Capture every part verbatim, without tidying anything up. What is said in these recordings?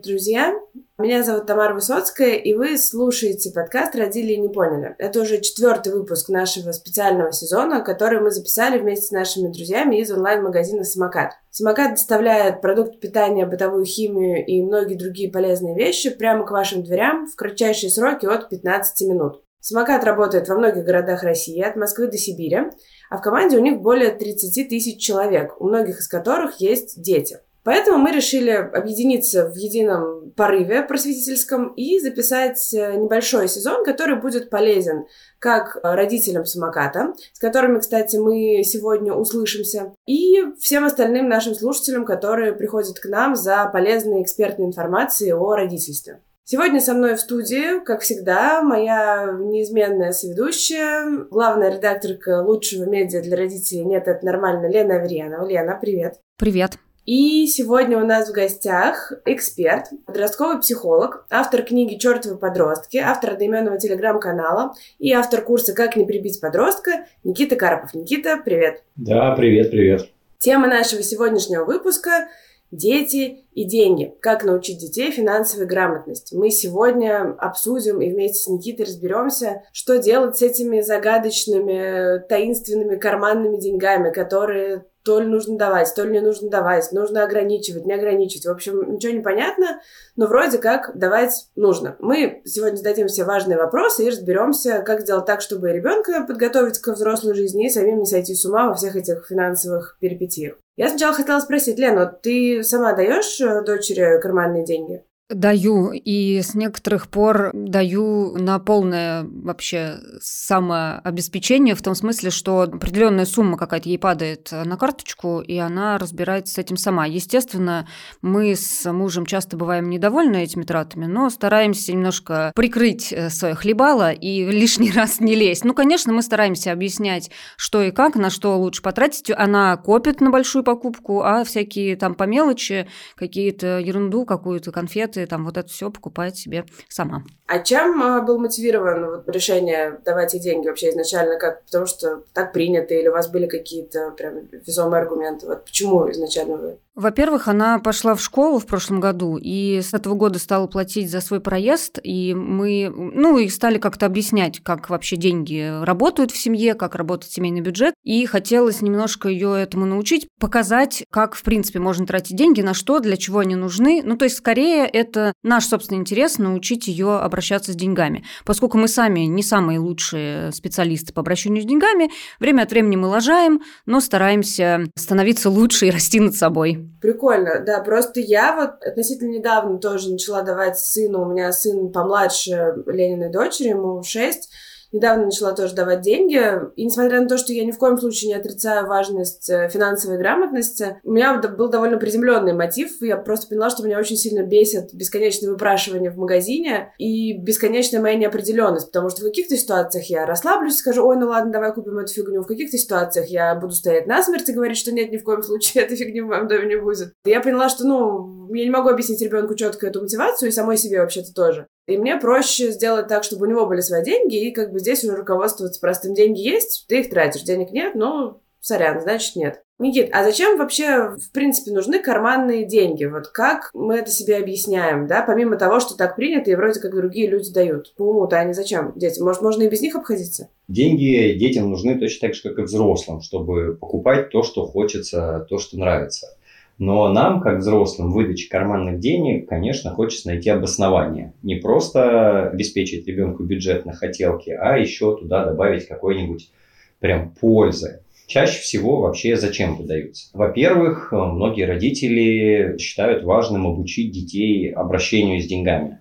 друзья! Меня зовут Тамара Высоцкая, и вы слушаете подкаст «Родили и не поняли». Это уже четвертый выпуск нашего специального сезона, который мы записали вместе с нашими друзьями из онлайн-магазина «Самокат». «Самокат» доставляет продукты питания, бытовую химию и многие другие полезные вещи прямо к вашим дверям в кратчайшие сроки от пятнадцати минут. «Самокат» работает во многих городах России, от Москвы до Сибири, а в команде у них более тридцати тысяч человек, у многих из которых есть дети. Поэтому мы решили объединиться в едином порыве просветительском и записать небольшой сезон, который будет полезен как родителям «Самоката», с которыми, кстати, мы сегодня услышимся, и всем остальным нашим слушателям, которые приходят к нам за полезной экспертной информацией о родительстве. Сегодня со мной в студии, как всегда, моя неизменная соведущая, главная редакторка лучшего медиа для родителей «Нет, это нормально» Лена Аверьянова. Лена, привет. Привет. И сегодня у нас в гостях эксперт, подростковый психолог, автор книги «Чёртовы подростки», автор одноименного телеграм-канала и автор курса «Как не прибить подростка» Никита Карпов. Никита, привет. Да, привет, привет. Тема нашего сегодняшнего выпуска – дети и деньги. Как научить детей финансовой грамотности. Мы сегодня обсудим и вместе с Никитой разберемся, что делать с этими загадочными, таинственными карманными деньгами, которые то ли нужно давать, то ли не нужно давать, нужно ограничивать, не ограничивать. В общем, ничего не понятно, но вроде как давать нужно. Мы сегодня зададим все важные вопросы и разберемся, как сделать так, чтобы ребенка подготовить к взрослой жизни и самим не сойти с ума во всех этих финансовых перипетиях. Я сначала хотела спросить, Лена, ты сама даешь дочери карманные деньги? Даю, и с некоторых пор даю на полное вообще самообеспечение, в том смысле, что определенная сумма какая-то ей падает на карточку, и она разбирается с этим сама. Естественно, мы с мужем часто бываем недовольны этими тратами, но стараемся немножко прикрыть свое хлебало и лишний раз не лезть. Ну, конечно, мы стараемся объяснять, что и как, на что лучше потратить. Она копит на большую покупку, а всякие там по мелочи, какие-то ерунду, какую-то конфеты, там вот это все покупает себе сама. А чем был мотивирован вот, решение давать ей деньги вообще изначально? Как? Потому что так принято, или у вас были какие-то прям весомые аргументы? Вот почему изначально вы? Во-первых, она пошла в школу в прошлом году, и с этого года стала платить за свой проезд, и мы, ну, и стали как-то объяснять, как вообще деньги работают в семье, как работает семейный бюджет, и хотелось немножко ее этому научить, показать, как, в принципе, можно тратить деньги, на что, для чего они нужны. Ну, то есть, скорее, это наш собственный интерес научить ее обращаться с деньгами. Поскольку мы сами не самые лучшие специалисты по обращению с деньгами, время от времени мы лажаем, но стараемся становиться лучше и расти над собой. Прикольно, да, просто я вот относительно недавно тоже начала давать сыну, у меня сын помладше Лениной дочери, ему шесть, недавно начала тоже давать деньги, и несмотря на то, что я ни в коем случае не отрицаю важность финансовой грамотности, у меня был довольно приземленный мотив, я просто поняла, что меня очень сильно бесит бесконечное выпрашивание в магазине и бесконечная моя неопределенность, потому что в каких-то ситуациях я расслаблюсь, скажу, ой, ну ладно, давай купим эту фигню, в каких-то ситуациях я буду стоять насмерть и говорить, что нет, ни в коем случае этой фигни в моем доме не будет. И я поняла, что, ну, я не могу объяснить ребенку четко эту мотивацию, и самой себе вообще-то тоже. И мне проще сделать так, чтобы у него были свои деньги, и как бы здесь уже руководствоваться простым. Деньги есть, ты их тратишь, денег нет, ну, сорян, значит нет. Никит, а зачем вообще, в принципе, нужны карманные деньги? Вот как мы это себе объясняем, да? Помимо того, что так принято, и вроде как другие люди дают. По уму-то они зачем детям? Может, можно и без них обходиться? Деньги детям нужны точно так же, как и взрослым, чтобы покупать то, что хочется, то, что нравится. Но нам, как взрослым, выдаче карманных денег, конечно, хочется найти обоснование. Не просто обеспечить ребенку бюджет на хотелки, а еще туда добавить какой-нибудь прям пользы. Чаще всего вообще зачем выдаются? Во-первых, многие родители считают важным обучить детей обращению с деньгами.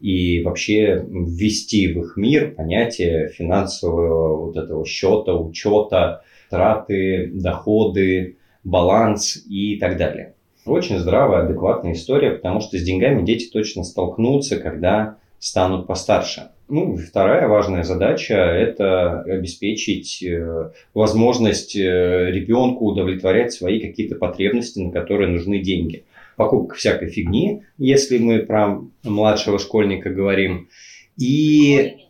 И вообще ввести в их мир понятие финансового вот этого счета, учета, траты, доходы, баланс и так далее. Очень здравая, адекватная история, потому что с деньгами дети точно столкнутся, когда станут постарше. Ну, вторая важная задача – это обеспечить возможность ребенку удовлетворять свои какие-то потребности, на которые нужны деньги. Покупка всякой фигни, если мы про младшего школьника говорим, и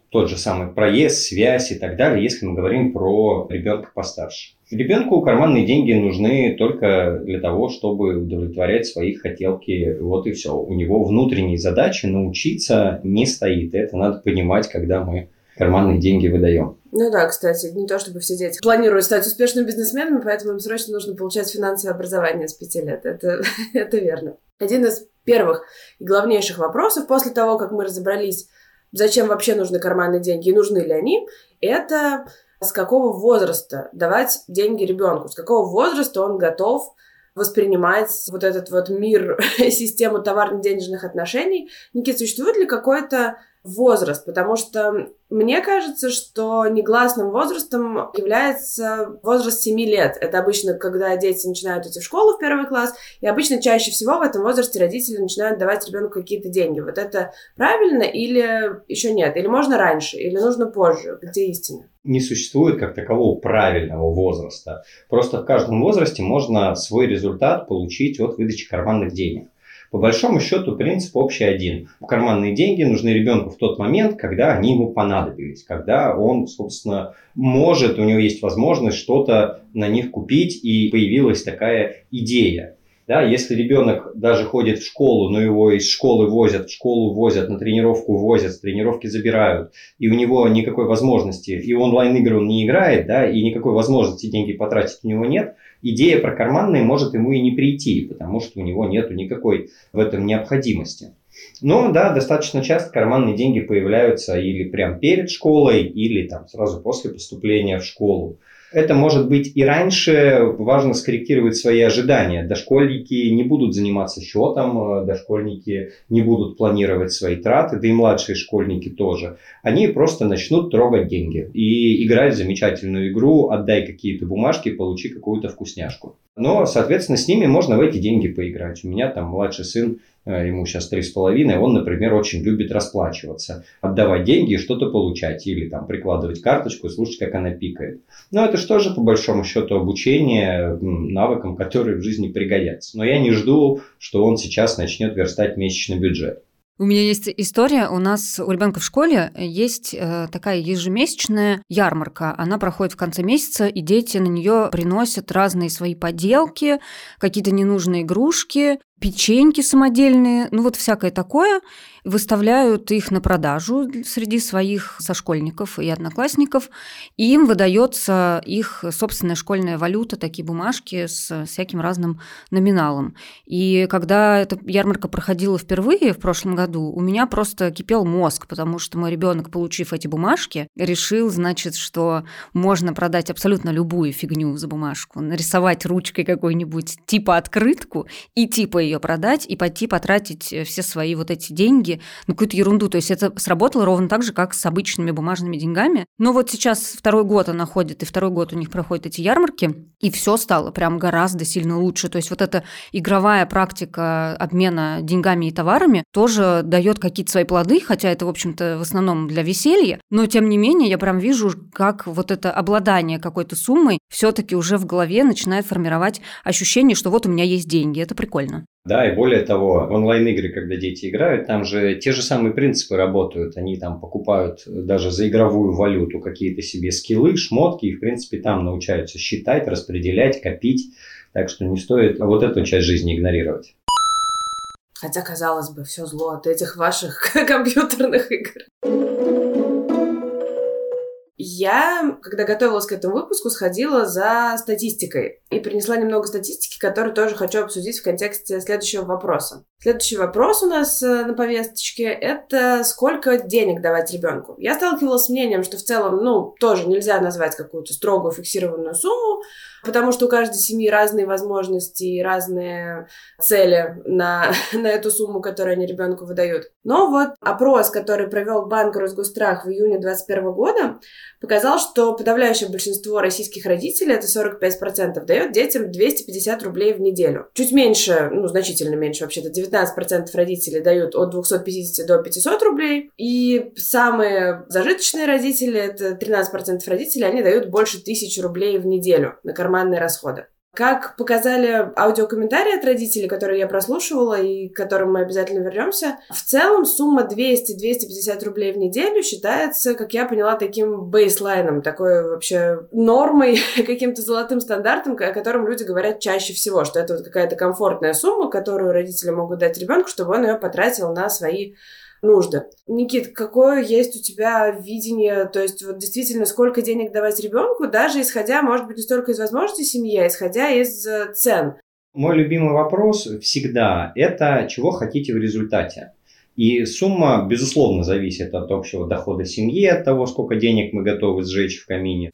тот же самый проезд, связь и так далее, если мы говорим про ребенка постарше. Ребенку карманные деньги нужны только для того, чтобы удовлетворять свои хотелки. Вот и все. У него внутренней задачи научиться не стоит. Это надо понимать, когда мы карманные деньги выдаем. Ну да, кстати, не то чтобы все дети планируют стать успешными бизнесменами, поэтому им срочно нужно получать финансовое образование с пяти лет. Это, это верно. Один из первых и главнейших вопросов после того, как мы разобрались, зачем вообще нужны карманные деньги и нужны ли они, это с какого возраста давать деньги ребенку, с какого возраста он готов воспринимать вот этот вот мир, систему товарно-денежных отношений. Никит, существует ли какой-то возраст? Потому что мне кажется, что негласным возрастом является возраст семи лет. Это обычно, когда дети начинают идти в школу в первый класс, и обычно чаще всего в этом возрасте родители начинают давать ребенку какие-то деньги. Вот это правильно или еще нет? Или можно раньше, или нужно позже? Где истина? Не существует как такового правильного возраста. Просто в каждом возрасте можно свой результат получить от выдачи карманных денег. По большому счету принцип общий один. Карманные деньги нужны ребенку в тот момент, когда они ему понадобились, когда он, собственно, может, у него есть возможность что-то на них купить, и появилась такая идея. Да, если ребенок даже ходит в школу, но его из школы возят, в школу возят, на тренировку возят, с тренировки забирают, и у него никакой возможности, и онлайн-игры он не играет, да, и никакой возможности деньги потратить у него нет, идея про карманные может ему и не прийти, потому что у него нет никакой в этом необходимости. Но да, достаточно часто карманные деньги появляются или прямо перед школой, или там сразу после поступления в школу. Это может быть и раньше, важно скорректировать свои ожидания. Дошкольники не будут заниматься счетом, дошкольники не будут планировать свои траты, да и младшие школьники тоже. Они просто начнут трогать деньги и играть в замечательную игру «Отдай какие-то бумажки, получи какую-то вкусняшку». Но, соответственно, с ними можно в эти деньги поиграть. У меня там младший сын, ему сейчас три с половиной, он, например, очень любит расплачиваться, отдавать деньги и что-то получать, или там прикладывать карточку и слушать, как она пикает. Но это что же, по большому счету, обучение навыкам, которые в жизни пригодятся. Но я не жду, что он сейчас начнет верстать месячный бюджет. У меня есть история. У нас у ребенка в школе есть э, такая ежемесячная ярмарка. Она проходит в конце месяца, и дети на нее приносят разные свои поделки, какие-то ненужные игрушки, печеньки самодельные, ну вот всякое такое. Выставляют их на продажу среди своих сошкольников и одноклассников, и им выдается их собственная школьная валюта, такие бумажки с всяким разным номиналом. И когда эта ярмарка проходила впервые в прошлом году, у меня просто кипел мозг, потому что мой ребенок, получив эти бумажки, решил, значит, что можно продать абсолютно любую фигню за бумажку, нарисовать ручкой какой-нибудь типа открытку и типа ее продать, и пойти потратить все свои вот эти деньги на какую-то ерунду. То есть это сработало ровно так же, как с обычными бумажными деньгами. Но вот сейчас второй год она ходит, и второй год у них проходят эти ярмарки, и все стало прям гораздо сильно лучше. То есть вот эта игровая практика обмена деньгами и товарами тоже дает какие-то свои плоды, хотя это, в общем-то, в основном для веселья. Но, тем не менее, я прям вижу, как вот это обладание какой-то суммой все-таки уже в голове начинает формировать ощущение, что вот у меня есть деньги. Это прикольно. Да, и более того, в онлайн-игры, когда дети играют, там же те же самые принципы работают. Они там покупают даже за игровую валюту какие-то себе скиллы, шмотки, и, в принципе, там научаются считать, распределять, копить. Так что не стоит вот эту часть жизни игнорировать. Хотя, казалось бы, все зло от этих ваших компьютерных игр. Я, когда готовилась к этому выпуску, сходила за статистикой и принесла немного статистики, которую тоже хочу обсудить в контексте следующего вопроса. Следующий вопрос у нас на повесточке – это сколько денег давать ребенку. Я сталкивалась с мнением, что в целом, ну, тоже нельзя назвать какую-то строгую фиксированную сумму, потому что у каждой семьи разные возможности и разные цели на, на эту сумму, которую они ребенку выдают. Но вот опрос, который провел банк Росгострах в июне двадцать первого года, показал, что подавляющее большинство российских родителей, это сорок пять процентов, дает детям двести пятьдесят рублей в неделю. Чуть меньше, ну, значительно меньше вообще-то, девятнадцать процентов родителей дают от двухсот пятидесяти до пятисот рублей. И самые зажиточные родители, это тринадцать процентов родителей, они дают больше тысячи рублей в неделю на карманные расходы. Как показали аудиокомментарии от родителей, которые я прослушивала и к которым мы обязательно вернемся, в целом сумма двести - двести пятьдесят рублей в неделю считается, как я поняла, таким бейслайном, такой вообще нормой, каким-то золотым стандартом, о котором люди говорят чаще всего, что это вот какая-то комфортная сумма, которую родители могут дать ребенку, чтобы он ее потратил на свои нужды. Никит, какое есть у тебя видение, то есть вот действительно сколько денег давать ребенку, даже исходя, может быть, не столько из возможностей семьи, а исходя из цен? Мой любимый вопрос всегда – это чего хотите в результате. И сумма, безусловно, зависит от общего дохода семьи, от того, сколько денег мы готовы сжечь в камине.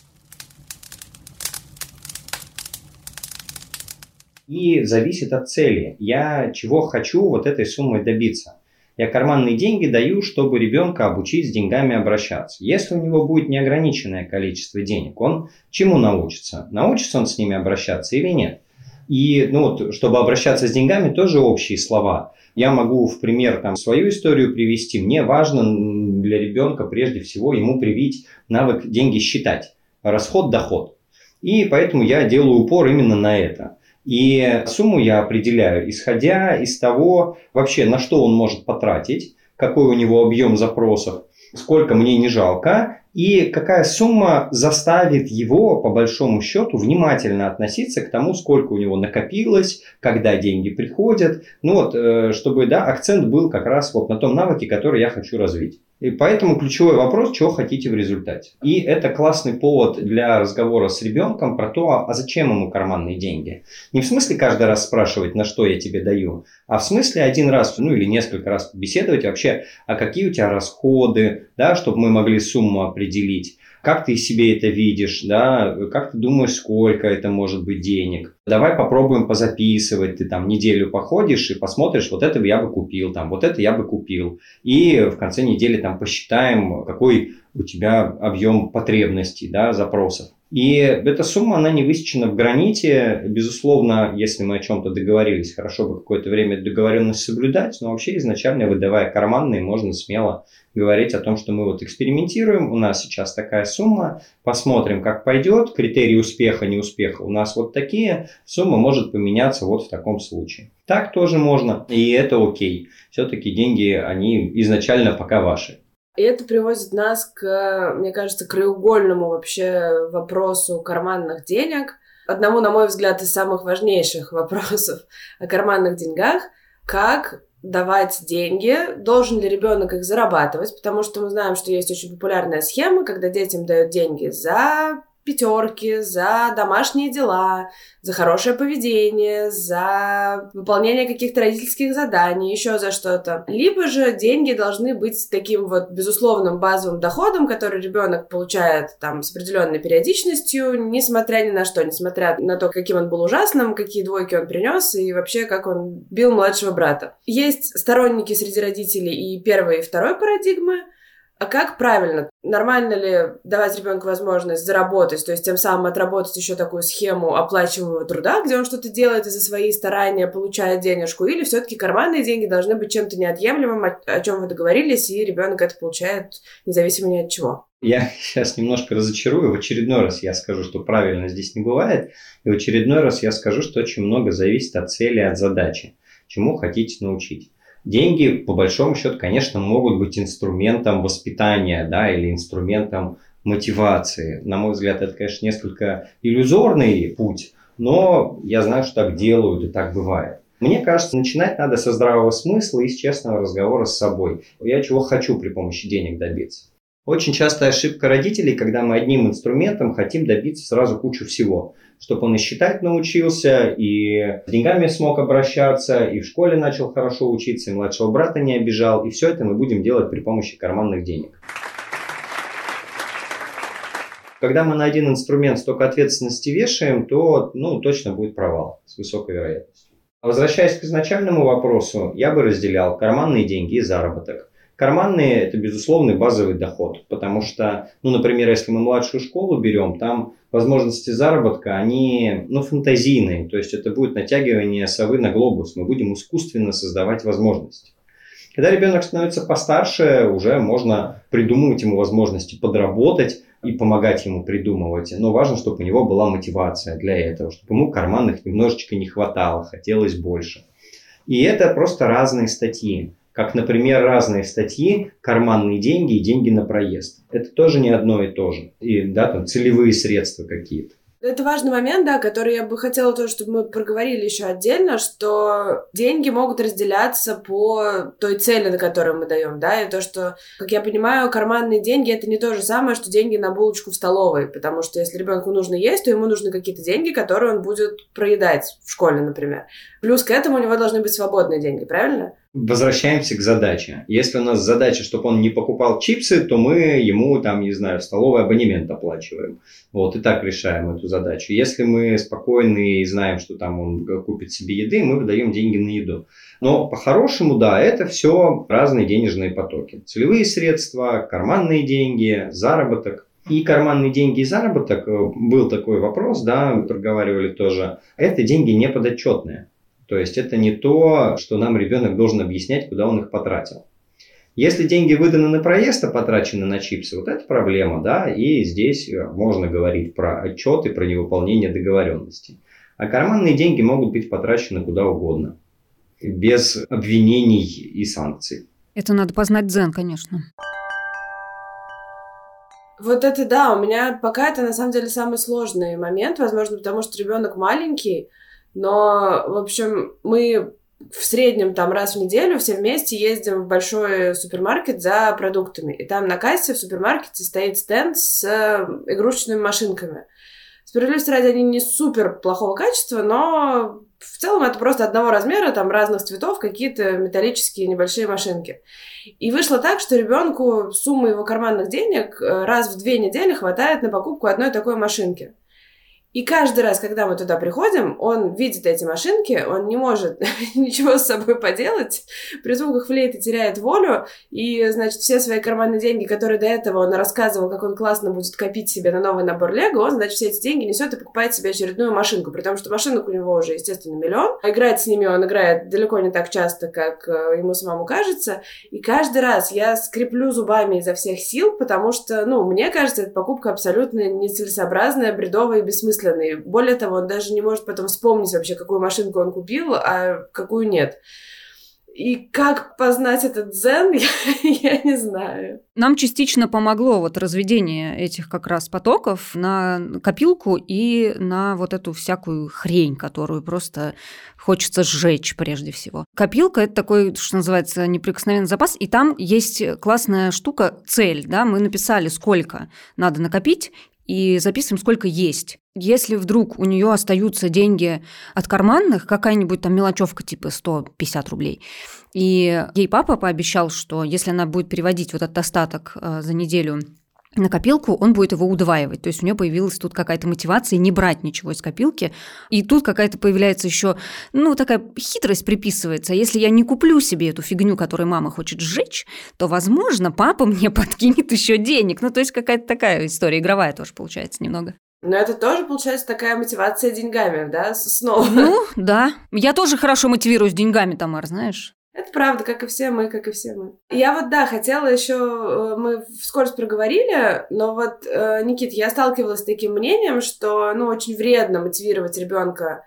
И зависит от цели. Я чего хочу вот этой суммой добиться. Я карманные деньги даю, чтобы ребенка обучить с деньгами обращаться. Если у него будет неограниченное количество денег, он чему научится? Научится он с ними обращаться или нет? И ну вот, чтобы обращаться с деньгами, тоже общие слова. Я могу в пример там, свою историю привести. Мне важно для ребенка прежде всего ему привить навык деньги считать. Расход-доход. И поэтому я делаю упор именно на это. И сумму я определяю, исходя из того, вообще на что он может потратить, какой у него объем запросов, сколько мне не жалко, и какая сумма заставит его, по большому счету, внимательно относиться к тому, сколько у него накопилось, когда деньги приходят. Ну вот, чтобы да, акцент был как раз вот на том навыке, который я хочу развить. И поэтому ключевой вопрос, чего хотите в результате. И это классный повод для разговора с ребенком про то, а зачем ему карманные деньги. Не в смысле каждый раз спрашивать, на что я тебе даю, а в смысле один раз, ну или несколько раз побеседовать вообще, а какие у тебя расходы, да, чтобы мы могли сумму определить. Как ты себе это видишь, да, как ты думаешь, сколько это может быть денег. Давай попробуем позаписывать, ты там неделю походишь и посмотришь, вот это я бы купил, там, вот это я бы купил. И в конце недели там посчитаем, какой у тебя объем потребностей, да, запросов. И эта сумма, она не высечена в граните. Безусловно, если мы о чем-то договорились, хорошо бы какое-то время договоренность соблюдать, но вообще изначально, выдавая карманные, можно смело говорить о том, что мы вот экспериментируем, у нас сейчас такая сумма, посмотрим, как пойдет, критерии успеха, неуспеха у нас вот такие, сумма может поменяться вот в таком случае. Так тоже можно, и это окей. Все-таки деньги, они изначально пока ваши. И это приводит нас к, мне кажется, краеугольному вообще вопросу карманных денег. Одному, на мой взгляд, из самых важнейших вопросов о карманных деньгах. Как давать деньги, должен ли ребенок их зарабатывать, потому что мы знаем, что есть очень популярная схема, когда детям дают деньги за пятерки, за домашние дела, за хорошее поведение, за выполнение каких-то родительских заданий, еще за что-то. Либо же деньги должны быть таким вот безусловным базовым доходом, который ребенок получает там с определенной периодичностью, несмотря ни на что, несмотря на то, каким он был ужасным, какие двойки он принес и вообще как он бил младшего брата. Есть сторонники среди родителей и первой, и второй парадигмы. А как правильно? Нормально ли давать ребенку возможность заработать, то есть тем самым отработать еще такую схему оплачиваемого труда, где он что-то делает и за свои старания получает денежку, или все-таки карманные деньги должны быть чем-то неотъемлемым, о, о чем вы договорились, и ребенок это получает независимо ни от чего? Я сейчас немножко разочарую. В очередной раз я скажу, что правильно здесь не бывает. И в очередной раз я скажу, что очень много зависит от цели, от задачи. Чему хотите научить. Деньги, по большому счету, конечно, могут быть инструментом воспитания, да, или инструментом мотивации. На мой взгляд, это, конечно, несколько иллюзорный путь, но я знаю, что так делают и так бывает. Мне кажется, начинать надо со здравого смысла и с честного разговора с собой. Я чего хочу при помощи денег добиться. Очень частая ошибка родителей, когда мы одним инструментом хотим добиться сразу кучу всего. Чтобы он и считать научился, и с деньгами смог обращаться, и в школе начал хорошо учиться, и младшего брата не обижал. И все это мы будем делать при помощи карманных денег. Когда мы на один инструмент столько ответственности вешаем, то ну, точно будет провал с высокой вероятностью. Возвращаясь к изначальному вопросу, я бы разделял карманные деньги и заработок. Карманные – это безусловный базовый доход, потому что, ну, например, если мы младшую школу берем, там возможности заработка, они ну, фантазийные, то есть это будет натягивание совы на глобус, мы будем искусственно создавать возможности. Когда ребенок становится постарше, уже можно придумывать ему возможности подработать, и помогать ему придумывать, но важно, чтобы у него была мотивация для этого, чтобы ему карманных немножечко не хватало, хотелось больше. И это просто разные статьи. Как, например, разные статьи, карманные деньги и деньги на проезд. Это тоже не одно и то же. И, да, там целевые средства какие-то. Это важный момент, да, который я бы хотела тоже, чтобы мы проговорили еще отдельно, что деньги могут разделяться по той цели, на которую мы даем, да, и то, что, как я понимаю, карманные деньги — это не то же самое, что деньги на булочку в столовой, потому что если ребенку нужно есть, то ему нужны какие-то деньги, которые он будет проедать в школе, например. Плюс к этому у него должны быть свободные деньги, правильно? Возвращаемся к задаче. Если у нас задача, чтобы он не покупал чипсы, то мы ему, там, не знаю, столовый абонемент оплачиваем. Вот, и так решаем эту задачу. Если мы спокойны и знаем, что там он купит себе еды, мы выдаем деньги на еду. Но по-хорошему, да, это все разные денежные потоки. Целевые средства, карманные деньги, заработок. И карманные деньги и заработок, был такой вопрос, да, мы проговаривали тоже, это деньги неподотчетные. То есть это не то, что нам ребенок должен объяснять, куда он их потратил. Если деньги выданы на проезд, а потрачены на чипсы, вот это проблема, да, и здесь можно говорить про отчеты, про невыполнение договоренностей. А карманные деньги могут быть потрачены куда угодно, без обвинений и санкций. Это надо познать дзен, конечно. Вот это да, у меня пока это на самом деле самый сложный момент, возможно, потому что ребенок маленький, но, в общем, мы в среднем там раз в неделю все вместе ездим в большой супермаркет за продуктами. И там на кассе в супермаркете стоит стенд с игрушечными машинками. Справедливости ради, они не супер плохого качества, но в целом это просто одного размера, там разных цветов, какие-то металлические небольшие машинки. И вышло так, что ребенку суммы его карманных денег раз в две недели хватает на покупку одной такой машинки. И каждый раз, когда мы туда приходим, он видит эти машинки, он не может ничего с собой поделать, при звуках флейты теряет волю, и, значит, все свои карманные деньги, которые до этого он рассказывал, как он классно будет копить себе на новый набор Лего, он, значит, все эти деньги несет и покупает себе очередную машинку, потому что машинок у него уже, естественно, миллион. Играть с ними он играет далеко не так часто, как ему самому кажется, и каждый раз я скреплю зубами изо всех сил, потому что, ну, мне кажется, эта покупка абсолютно нецелесообразная, бредовая и бессмысленная. Более того, он даже не может потом вспомнить вообще, какую машинку он купил, а какую нет. И как познать этот дзен, я, я не знаю. Нам частично помогло вот разведение этих как раз потоков на копилку и на вот эту всякую хрень, которую просто хочется сжечь прежде всего. Копилка – это такой, что называется, неприкосновенный запас, и там есть классная штука – цель. Да? Мы написали, сколько надо накопить, и записываем, сколько есть. Если вдруг у нее остаются деньги от карманных, какая-нибудь там мелочевка типа сто пятьдесят рублей, и ей папа пообещал, что если она будет переводить вот этот остаток за неделю на копилку, он будет его удваивать. То есть у нее появилась тут какая-то мотивация не брать ничего из копилки. И тут какая-то появляется еще, ну, такая хитрость приписывается. Если я не куплю себе эту фигню, которую мама хочет сжечь, то, возможно, папа мне подкинет еще денег. Ну, то есть какая-то такая история игровая тоже получается немного. Но это тоже, получается, такая мотивация деньгами, да, снова? Ну, да. Я тоже хорошо мотивируюсь деньгами, Тамар, знаешь. Это правда, как и все мы, как и все мы. Я вот, да, хотела еще, мы вскоре проговорили, но вот, Никит, я сталкивалась с таким мнением, что, ну, очень вредно мотивировать ребенка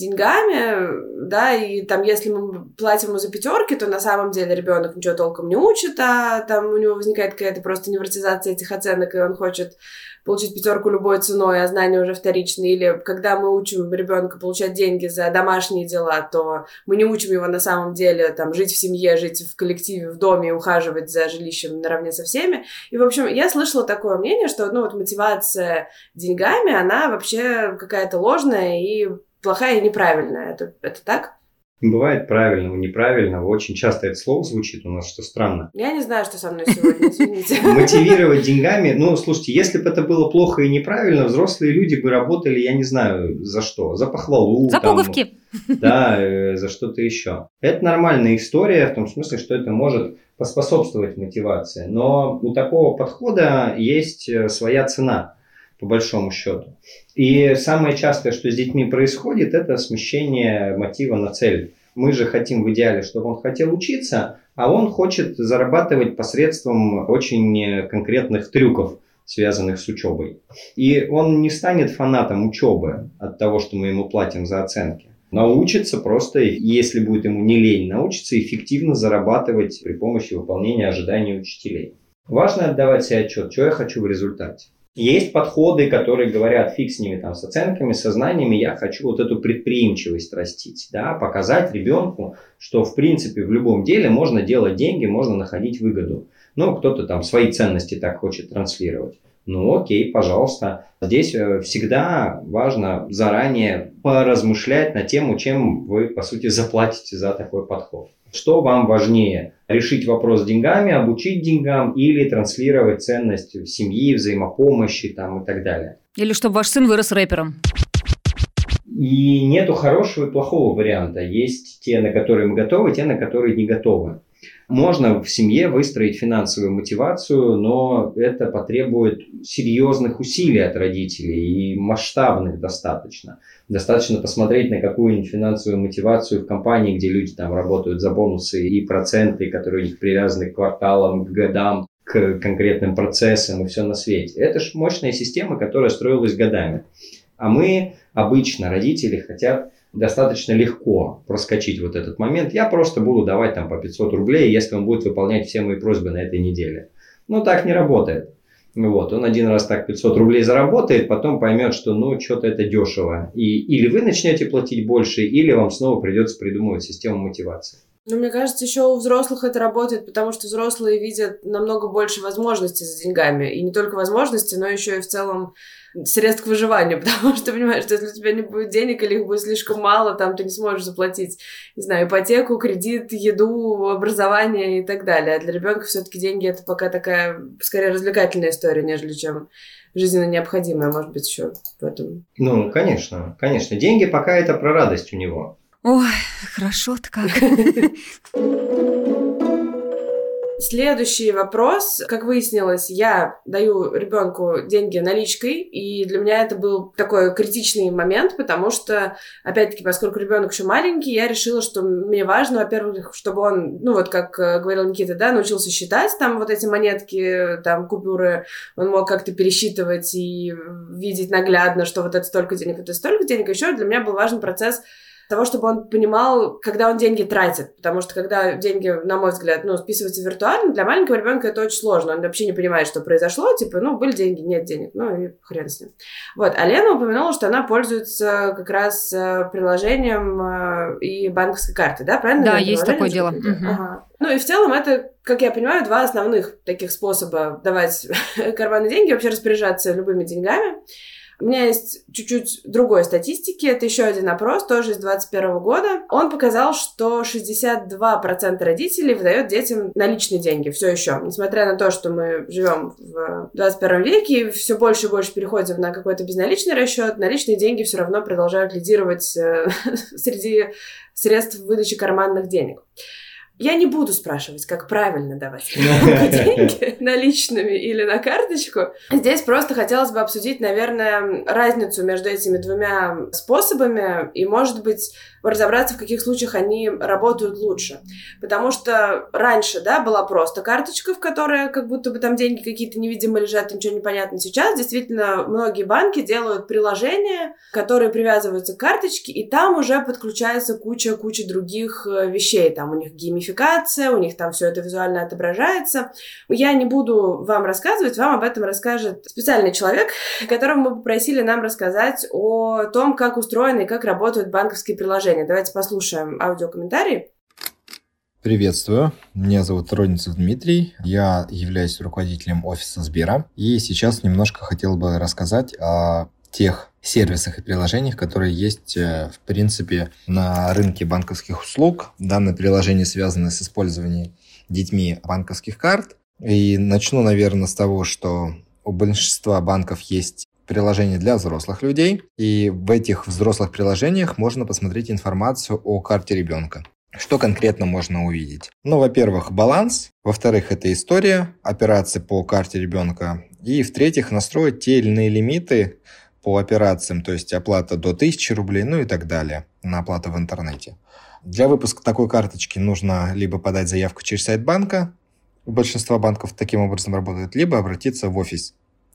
деньгами, да, и там, если мы платим ему за пятерки, то на самом деле ребенок ничего толком не учит, а там у него возникает какая-то просто невротизация этих оценок, и он хочет получить пятерку любой ценой, а знания уже вторичные. Или когда мы учим ребенка получать деньги за домашние дела, то мы не учим его на самом деле там жить в семье, жить в коллективе, в доме и ухаживать за жилищем наравне со всеми. И, в общем, я слышала такое мнение, что, ну, вот мотивация деньгами, она вообще какая-то ложная и плохая и неправильная. Это, это так? Бывает правильного, неправильного. Очень часто это слово звучит у нас, что странно. Я не знаю, что со мной сегодня, извините. Мотивировать деньгами. Ну, слушайте, если бы это было плохо и неправильно, взрослые люди бы работали, я не знаю, за что. За похвалу. За там, пуговки. Да, э, за что-то еще. Это нормальная история, в том смысле, что это может поспособствовать мотивации. Но у такого подхода есть своя цена, по большому счету. И самое частое, что с детьми происходит, это смещение мотива на цель. Мы же хотим в идеале, чтобы он хотел учиться, а он хочет зарабатывать посредством очень конкретных трюков связанных с учебой. И он не станет фанатом учебы от того, что мы ему платим за оценки. Научится просто, если будет ему не лень, научится эффективно зарабатывать при помощи выполнения ожиданий учителей. Важно отдавать себе отчет, что я хочу в результате. Есть подходы, которые говорят, фиг с ними там, с оценками, со знаниями, я хочу вот эту предприимчивость растить, да, показать ребенку, что в принципе в любом деле можно делать деньги, можно находить выгоду. Ну, кто-то там свои ценности так хочет транслировать. Ну, окей, пожалуйста. Здесь всегда важно заранее поразмышлять на тему, чем вы, по сути, заплатите за такой подход. Что вам важнее? Решить вопрос деньгами, обучить деньгам или транслировать ценность в семье, взаимопомощи там, и так далее. Или чтобы ваш сын вырос рэпером. И нету хорошего и плохого варианта. Есть те, на которые мы готовы, те, на которые не готовы. Можно в семье выстроить финансовую мотивацию, но это потребует серьезных усилий от родителей и масштабных достаточно. Достаточно посмотреть на какую-нибудь финансовую мотивацию в компании, где люди там работают за бонусы и проценты, которые у них привязаны к кварталам, к годам, к конкретным процессам и все на свете. Это же мощная система, которая строилась годами. А мы обычно, родители, хотят достаточно легко проскочить вот этот момент. Я просто буду давать там по пятьсот рублей, если он будет выполнять все мои просьбы на этой неделе. Но так не работает. Вот. Он один раз так пятьсот рублей заработает, потом поймет, что ну что-то это дешево. И или вы начнете платить больше, или вам снова придется придумывать систему мотивации. Ну, мне кажется, еще у взрослых это работает, потому что взрослые видят намного больше возможностей за деньгами. И не только возможностей, но еще и в целом средств к выживанию, потому что, понимаешь, что если у тебя не будет денег или их будет слишком мало, там ты не сможешь заплатить, не знаю, ипотеку, кредит, еду, образование и так далее. А для ребенка все-таки деньги — это пока такая, скорее, развлекательная история, нежели чем жизненно необходимая, может быть, еще в этом. Ну, конечно, конечно. Деньги пока это про радость у него. Ой, хорошо-то как. Следующий вопрос. Как выяснилось, я даю ребенку деньги наличкой, и для меня это был такой критичный момент, потому что, опять-таки, поскольку ребенок еще маленький, я решила, что мне важно, во-первых, чтобы он, ну вот как говорил Никита, да, научился считать там вот эти монетки, там купюры, он мог как-то пересчитывать и видеть наглядно, что вот это столько денег, это столько денег. Еще для меня был важен процесс того, чтобы он понимал, когда он деньги тратит. Потому что когда деньги, на мой взгляд, ну, списываются виртуально, для маленького ребенка это очень сложно. Он вообще не понимает, что произошло. Типа, ну, были деньги, нет денег. Ну, и хрен с ним. Вот. А Лена упомянула, что она пользуется как раз приложением и банковской картой, да? Правильно? Да, есть такое дело. Угу. Ага. Ну, и в целом это, как я понимаю, два основных таких способа давать карманные деньги, вообще распоряжаться любыми деньгами. У меня есть чуть-чуть другой статистики. Это еще один опрос, тоже из двадцать первого года. Он показал, что шестьдесят два процента родителей выдает детям наличные деньги все еще. Несмотря на то, что мы живем в двадцать первом веке и все больше и больше переходим на какой-то безналичный расчет, наличные деньги все равно продолжают лидировать среди средств выдачи карманных денег. Я не буду спрашивать, как правильно давать деньги, наличными или на карточку. Здесь просто хотелось бы обсудить, наверное, разницу между этими двумя способами и, может быть, разобраться, в каких случаях они работают лучше. Потому что раньше, да, была просто карточка, в которой как будто бы там деньги какие-то невидимые лежат, ничего не понятно. Сейчас действительно многие банки делают приложения, которые привязываются к карточке, и там уже подключается куча-куча других вещей. Там у них геймификация, у них там все это визуально отображается. Я не буду вам рассказывать, вам об этом расскажет специальный человек, которого мы попросили нам рассказать о том, как устроены и как работают банковские приложения. Давайте послушаем аудиокомментарий. Приветствую, меня зовут Родницев Дмитрий, я являюсь руководителем офиса Сбера, и сейчас немножко хотел бы рассказать о тех сервисах и приложениях, которые есть, в принципе, на рынке банковских услуг. Данные приложения связаны с использованием детьми банковских карт. И начну, наверное, с того, что у большинства банков есть приложения для взрослых людей, и в этих взрослых приложениях можно посмотреть информацию о карте ребенка. Что конкретно можно увидеть? Ну, во-первых, баланс, во-вторых, это история операций по карте ребенка, и в-третьих, настроить те или иные лимиты по операциям, то есть оплата до тысячи рублей, ну и так далее, на оплату в интернете. Для выпуска такой карточки нужно либо подать заявку через сайт банка, большинство банков таким образом работают, либо обратиться в офис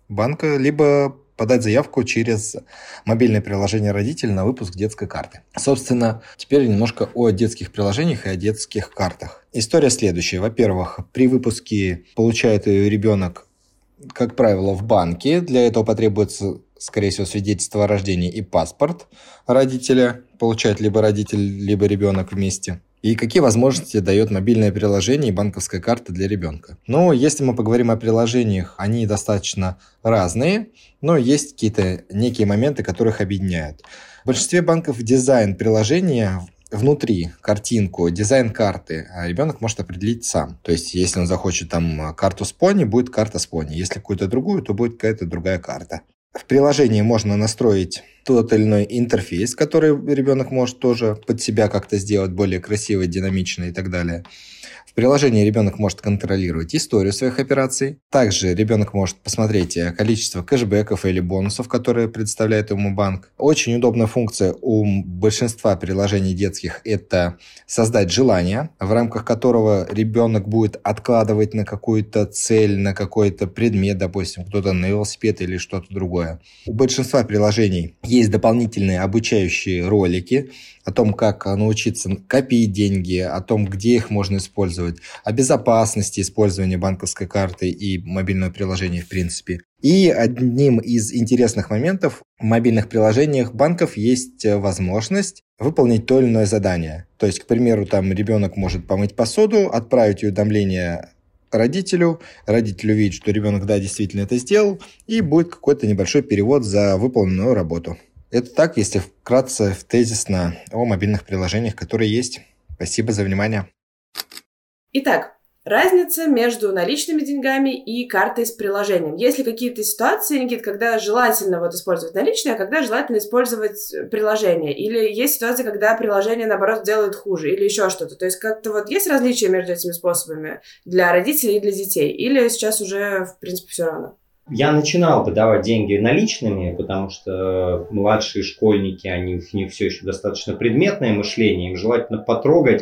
банка, либо подать заявку через мобильное приложение родителей на выпуск детской карты. Собственно, теперь немножко о детских приложениях и о детских картах. История следующая. Во-первых, при выпуске получает ее ребенок, как правило, в банке. Для этого потребуется, скорее всего, свидетельство о рождении и паспорт родителя. Получает либо родитель, либо ребенок вместе. И какие возможности дает мобильное приложение и банковская карта для ребенка? Ну, если мы поговорим о приложениях, они достаточно разные, но есть какие-то некие моменты, которые их объединяют. В большинстве банков дизайн приложения внутри, картинку, дизайн карты ребенок может определить сам. То есть, если он захочет там карту с пони, будет карта с пони. Если какую-то другую, то будет какая-то другая карта. В приложении можно настроить тот или иной интерфейс, который ребенок может тоже под себя как-то сделать более красивый, динамичный и так далее. В приложении ребенок может контролировать историю своих операций. Также ребенок может посмотреть количество кэшбэков или бонусов, которые предоставляет ему банк. Очень удобная функция у большинства приложений детских – это создать желание, в рамках которого ребенок будет откладывать на какую-то цель, на какой-то предмет, допустим, кто-то на велосипед или что-то другое. У большинства приложений есть дополнительные обучающие ролики о том, как научиться копить деньги, о том, где их можно использовать, о безопасности использования банковской карты и мобильного приложения в принципе. И одним из интересных моментов в мобильных приложениях банков есть возможность выполнить то или иное задание. То есть, к примеру, там ребенок может помыть посуду, отправить уведомление родителю, родитель увидит, что ребенок, да, действительно это сделал, и будет какой-то небольшой перевод за выполненную работу. Это так, если вкратце, тезисно о мобильных приложениях, которые есть. Спасибо за внимание. Итак, разница между наличными деньгами и картой с приложением. Есть ли какие-то ситуации, Никит, когда желательно вот использовать наличные, а когда желательно использовать приложение? Или есть ситуации, когда приложение, наоборот, делает хуже? Или еще что-то? То есть как-то вот есть различия между этими способами для родителей и для детей? Или сейчас уже, в принципе, все равно? Я начинал бы давать деньги наличными, потому что младшие школьники, они, у них все еще достаточно предметное мышление, им желательно потрогать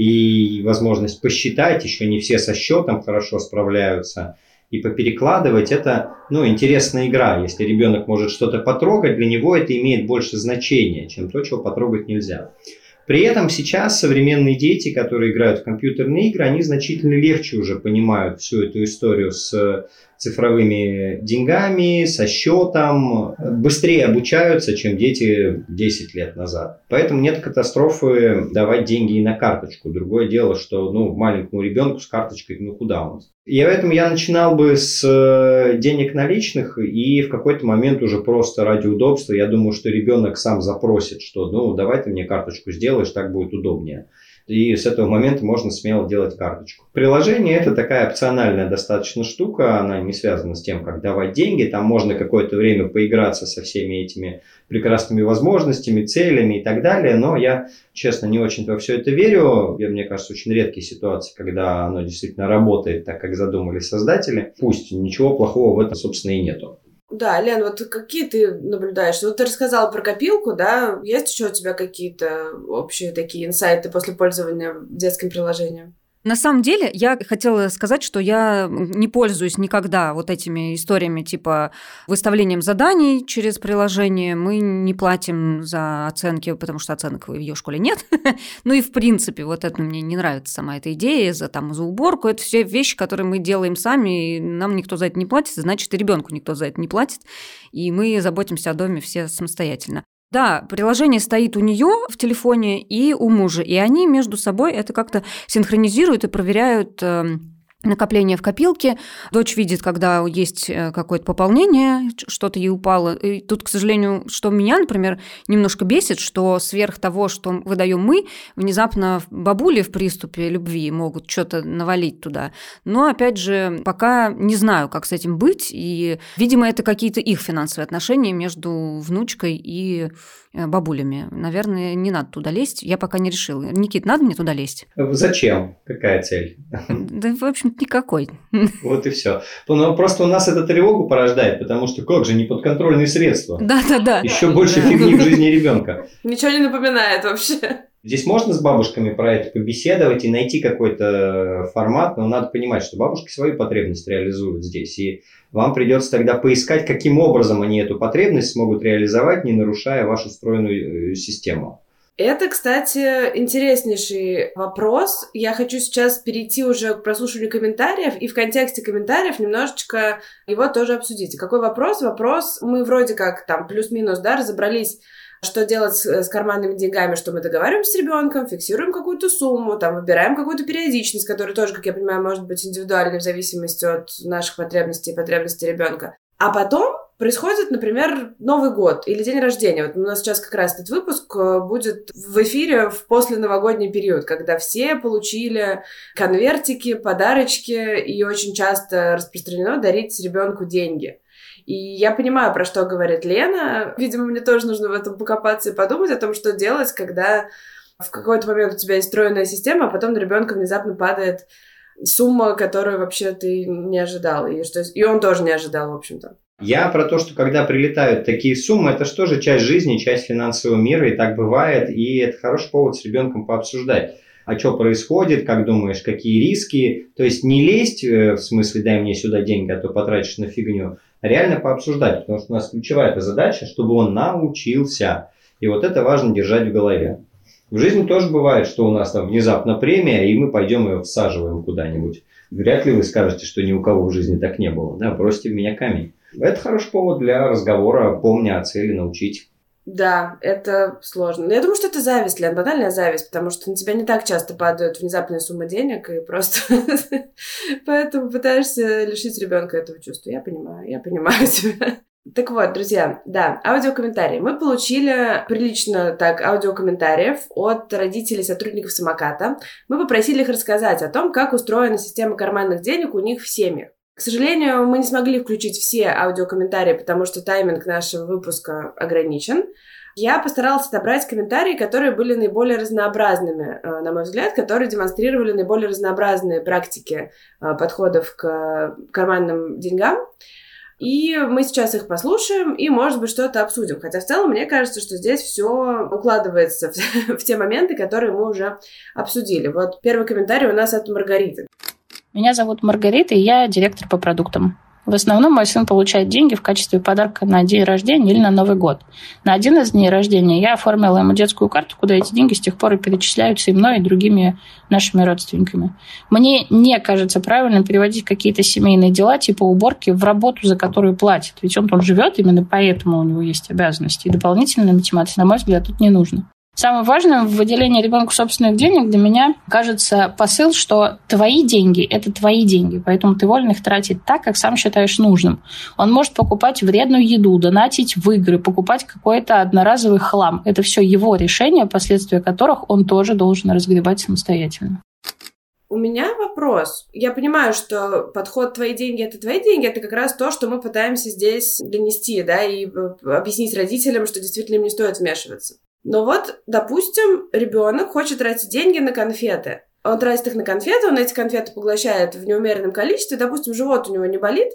и возможность посчитать, еще не все со счетом хорошо справляются, и поперекладывать. Это, ну, интересная игра. Если ребенок может что-то потрогать, для него это имеет больше значения, чем то, чего потрогать нельзя. При этом сейчас современные дети, которые играют в компьютерные игры, они значительно легче уже понимают всю эту историю с цифровыми деньгами, со счетом, быстрее обучаются, чем дети десять лет назад. Поэтому нет катастрофы давать деньги и на карточку. Другое дело, что ну, маленькому ребенку с карточкой, ну куда он? И поэтому я начинал бы с денег наличных, и в какой-то момент уже просто ради удобства, я думаю, что ребенок сам запросит, что ну давай ты мне карточку сделаешь, так будет удобнее. И с этого момента можно смело делать карточку. Приложение – это такая опциональная достаточно штука, она не связана с тем, как давать деньги. Там можно какое-то время поиграться со всеми этими прекрасными возможностями, целями и так далее. Но я, честно, не очень во все это верю. Я, мне кажется, очень редкие ситуации, когда оно действительно работает так, как задумали создатели. Пусть ничего плохого в этом, собственно, и нету. Да, Лен, вот какие ты наблюдаешь? Вот ты рассказала про копилку, да? Есть еще у тебя какие-то общие такие инсайты после пользования детским приложением? На самом деле, я хотела сказать, что я не пользуюсь никогда вот этими историями типа выставлением заданий через приложение. Мы не платим за оценки, потому что оценок в ее школе нет. Ну и в принципе, вот это мне не нравится сама эта идея за, там, за уборку. Это все вещи, которые мы делаем сами, и нам никто за это не платит, значит, и ребенку никто за это не платит. И мы заботимся о доме все самостоятельно. Да, приложение стоит у нее в телефоне и у мужа, и они между собой это как-то синхронизируют и проверяют накопление в копилке. Дочь видит, когда есть какое-то пополнение, что-то ей упало. И тут, к сожалению, что меня, например, немножко бесит, что сверх того, что выдаем мы, внезапно бабули в приступе любви могут что-то навалить туда. Но, опять же, пока не знаю, как с этим быть. И, видимо, это какие-то их финансовые отношения между внучкой и бабулями. Наверное, не надо туда лезть. Я пока не решила. Никит, надо мне туда лезть? Зачем? Какая цель? Да, в общем, никакой. Вот и все. Но просто у нас это тревогу порождает, потому что как же неподконтрольные средства. Да-да-да. Еще больше фигни в жизни ребенка. Ничего не напоминает вообще. Здесь можно с бабушками про это побеседовать и найти какой-то формат, но надо понимать, что бабушки свою потребность реализуют здесь, и вам придется тогда поискать, каким образом они эту потребность смогут реализовать, не нарушая вашу встроенную систему. Это, кстати, интереснейший вопрос. Я хочу сейчас перейти уже к прослушиванию комментариев и в контексте комментариев немножечко его тоже обсудить. Какой вопрос? Вопрос, мы вроде как там плюс-минус, да, разобрались, что делать с, с карманными деньгами, что мы договариваемся с ребенком, фиксируем какую-то сумму, там, выбираем какую-то периодичность, которая тоже, как я понимаю, может быть индивидуальной в зависимости от наших потребностей и потребностей ребенка. А потом происходит, например, Новый год или день рождения. Вот у нас сейчас как раз этот выпуск будет в эфире в посленовогодний период, когда все получили конвертики, подарочки, и очень часто распространено дарить ребенку деньги. И я понимаю, про что говорит Лена. Видимо, мне тоже нужно в этом покопаться и подумать о том, что делать, когда в какой-то момент у тебя есть встроенная система, а потом на ребенка внезапно падает сумма, которую вообще ты не ожидал. И, что... и он тоже не ожидал, в общем-то. Я про то, что когда прилетают такие суммы, это же тоже часть жизни, часть финансового мира, и так бывает, и это хороший повод с ребенком пообсуждать. А что происходит, как думаешь, какие риски. То есть не лезть, в смысле, дай мне сюда деньги, а то потратишь на фигню, а реально пообсуждать, потому что у нас ключевая эта задача, чтобы он научился. И вот это важно держать в голове. В жизни тоже бывает, что у нас там внезапно премия, и мы пойдем ее всаживаем куда-нибудь. Вряд ли вы скажете, что ни у кого в жизни так не было. Да, бросьте в меня камень. Это хороший повод для разговора, помня о цели научить. Да, это сложно. Но я думаю, что это зависть, Лен, банальная зависть, потому что на тебя не так часто падают внезапные суммы денег, и просто поэтому пытаешься лишить ребенка этого чувства. Я понимаю, я понимаю тебя. Так вот, друзья, да, аудиокомментарии. Мы получили прилично так аудиокомментариев от родителей сотрудников самоката. Мы попросили их рассказать о том, как устроена система карманных денег у них в семьях. К сожалению, мы не смогли включить все аудиокомментарии, потому что тайминг нашего выпуска ограничен. Я постаралась отобрать комментарии, которые были наиболее разнообразными, на мой взгляд, которые демонстрировали наиболее разнообразные практики подходов к карманным деньгам. И мы сейчас их послушаем и, может быть, что-то обсудим. Хотя в целом мне кажется, что здесь все укладывается в, в те моменты, которые мы уже обсудили. Вот первый комментарий у нас от Маргариты. Меня зовут Маргарита, и я директор по продуктам. В основном мой сын получает деньги в качестве подарка на день рождения или на Новый год. На один из дней рождения я оформила ему детскую карту, куда эти деньги с тех пор и перечисляются и мной, и другими нашими родственниками. Мне не кажется правильным переводить какие-то семейные дела типа уборки в работу, за которую платят. Ведь он тут живет, именно поэтому у него есть обязанности. И дополнительная мотивация, на мой взгляд, тут не нужно. Самым важным в выделении ребенку собственных денег для меня кажется посыл, что твои деньги – это твои деньги, поэтому ты волен их тратить так, как сам считаешь нужным. Он может покупать вредную еду, донатить в игры, покупать какой-то одноразовый хлам. Это все его решения, последствия которых он тоже должен разгребать самостоятельно. У меня вопрос. Я понимаю, что подход «твои деньги – это твои деньги» – это как раз то, что мы пытаемся здесь донести, да, и объяснить родителям, что действительно им не стоит вмешиваться. Но вот, допустим, ребенок хочет тратить деньги на конфеты. Он тратит их на конфеты, он эти конфеты поглощает в неумеренном количестве. Допустим, живот у него не болит,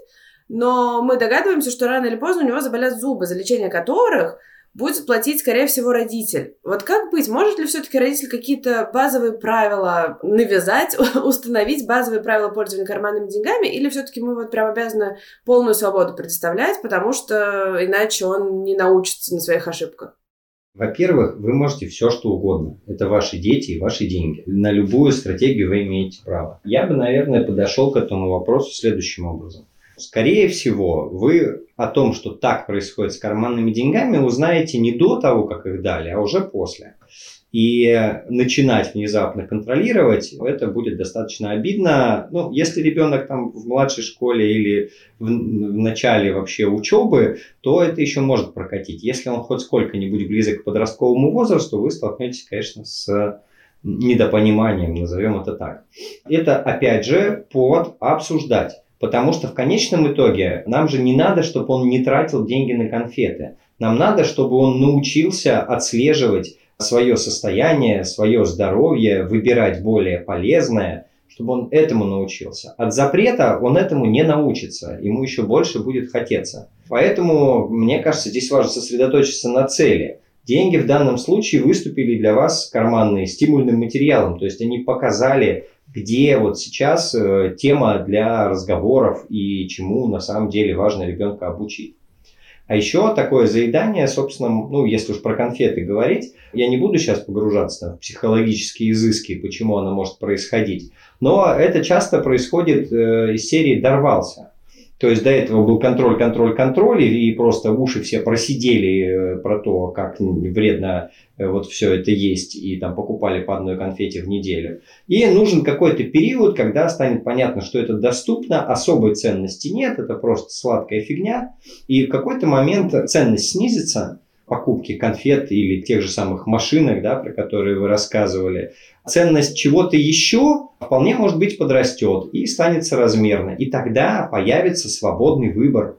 но мы догадываемся, что рано или поздно у него заболят зубы, за лечение которых будет платить, скорее всего, родитель. Вот как быть? Может ли все-таки родитель какие-то базовые правила навязать, установить базовые правила пользования карманными деньгами, или все-таки мы вот прям обязаны полную свободу предоставлять, потому что иначе он не научится на своих ошибках? Во-первых, вы можете все, что угодно. Это ваши дети и ваши деньги. На любую стратегию вы имеете право. Я бы, наверное, подошел к этому вопросу следующим образом. Скорее всего, вы о том, что так происходит с карманными деньгами, узнаете не до того, как их дали, а уже после. И начинать внезапно контролировать, это будет достаточно обидно. Ну, если ребенок там в младшей школе или в, в начале вообще учебы, то это еще может прокатить. Если он хоть сколько-нибудь близок к подростковому возрасту, вы столкнетесь, конечно, с недопониманием, назовем это так. Это, опять же, повод обсуждать. Потому что в конечном итоге нам же не надо, чтобы он не тратил деньги на конфеты. Нам надо, чтобы он научился отслеживать свое состояние, свое здоровье, выбирать более полезное, чтобы он этому научился. От запрета он этому не научится, ему еще больше будет хотеться. Поэтому, мне кажется, здесь важно сосредоточиться на цели. Деньги в данном случае выступили для вас карманные стимульным материалом, то есть они показали, где вот сейчас э, тема для разговоров и чему на самом деле важно ребенка обучить. А еще такое заедание, собственно, ну, если уж про конфеты говорить, я не буду сейчас погружаться там, в психологические изыски, почему оно может происходить, но это часто происходит э, из серии «дорвался». То есть до этого был контроль, контроль, контроль, и просто уши все просидели про то, как вредно вот все это есть, и там покупали по одной конфете в неделю. И нужен какой-то период, когда станет понятно, что это доступно, особой ценности нет, это просто сладкая фигня, и в какой-то момент ценность снизится, покупки конфет или тех же самых машинок, да, про которые вы рассказывали, ценность чего-то еще вполне может быть подрастет и станет соразмерно. И тогда появится свободный выбор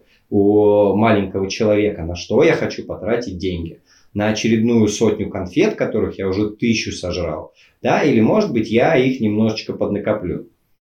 у маленького человека, на что я хочу потратить деньги. На очередную сотню конфет, которых я уже тысячу сожрал, да, или, может быть, я их немножечко поднакоплю.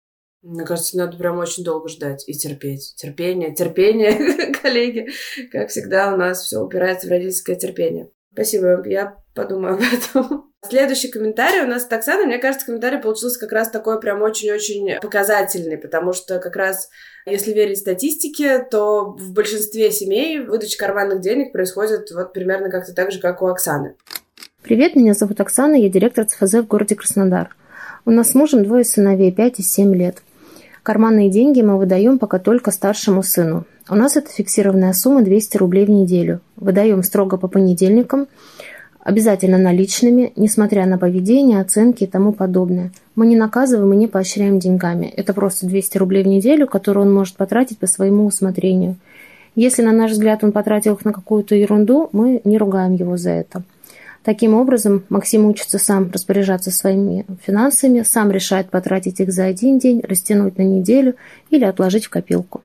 Мне кажется, надо прям очень долго ждать и терпеть. Терпение, терпение, коллеги. Как всегда, у нас все упирается в родительское терпение. Спасибо, я подумаю об этом. Следующий комментарий у нас от Оксаны. Мне кажется, комментарий получился как раз такой прям очень-очень показательный, потому что как раз, если верить статистике, то в большинстве семей выдача карманных денег происходит вот примерно как-то так же, как у Оксаны. Привет, меня зовут Оксана, я директор ЦФЗ в городе Краснодар. У нас с мужем двое сыновей, пять и семь лет. Карманные деньги мы выдаем пока только старшему сыну. У нас это фиксированная сумма двести рублей в неделю. Выдаем строго по понедельникам, обязательно наличными, несмотря на поведение, оценки и тому подобное. Мы не наказываем и не поощряем деньгами. Это просто двести рублей в неделю, которые он может потратить по своему усмотрению. Если, на наш взгляд, он потратил их на какую-то ерунду, мы не ругаем его за это. Таким образом, Максим учится сам распоряжаться своими финансами, сам решает потратить их за один день, растянуть на неделю или отложить в копилку.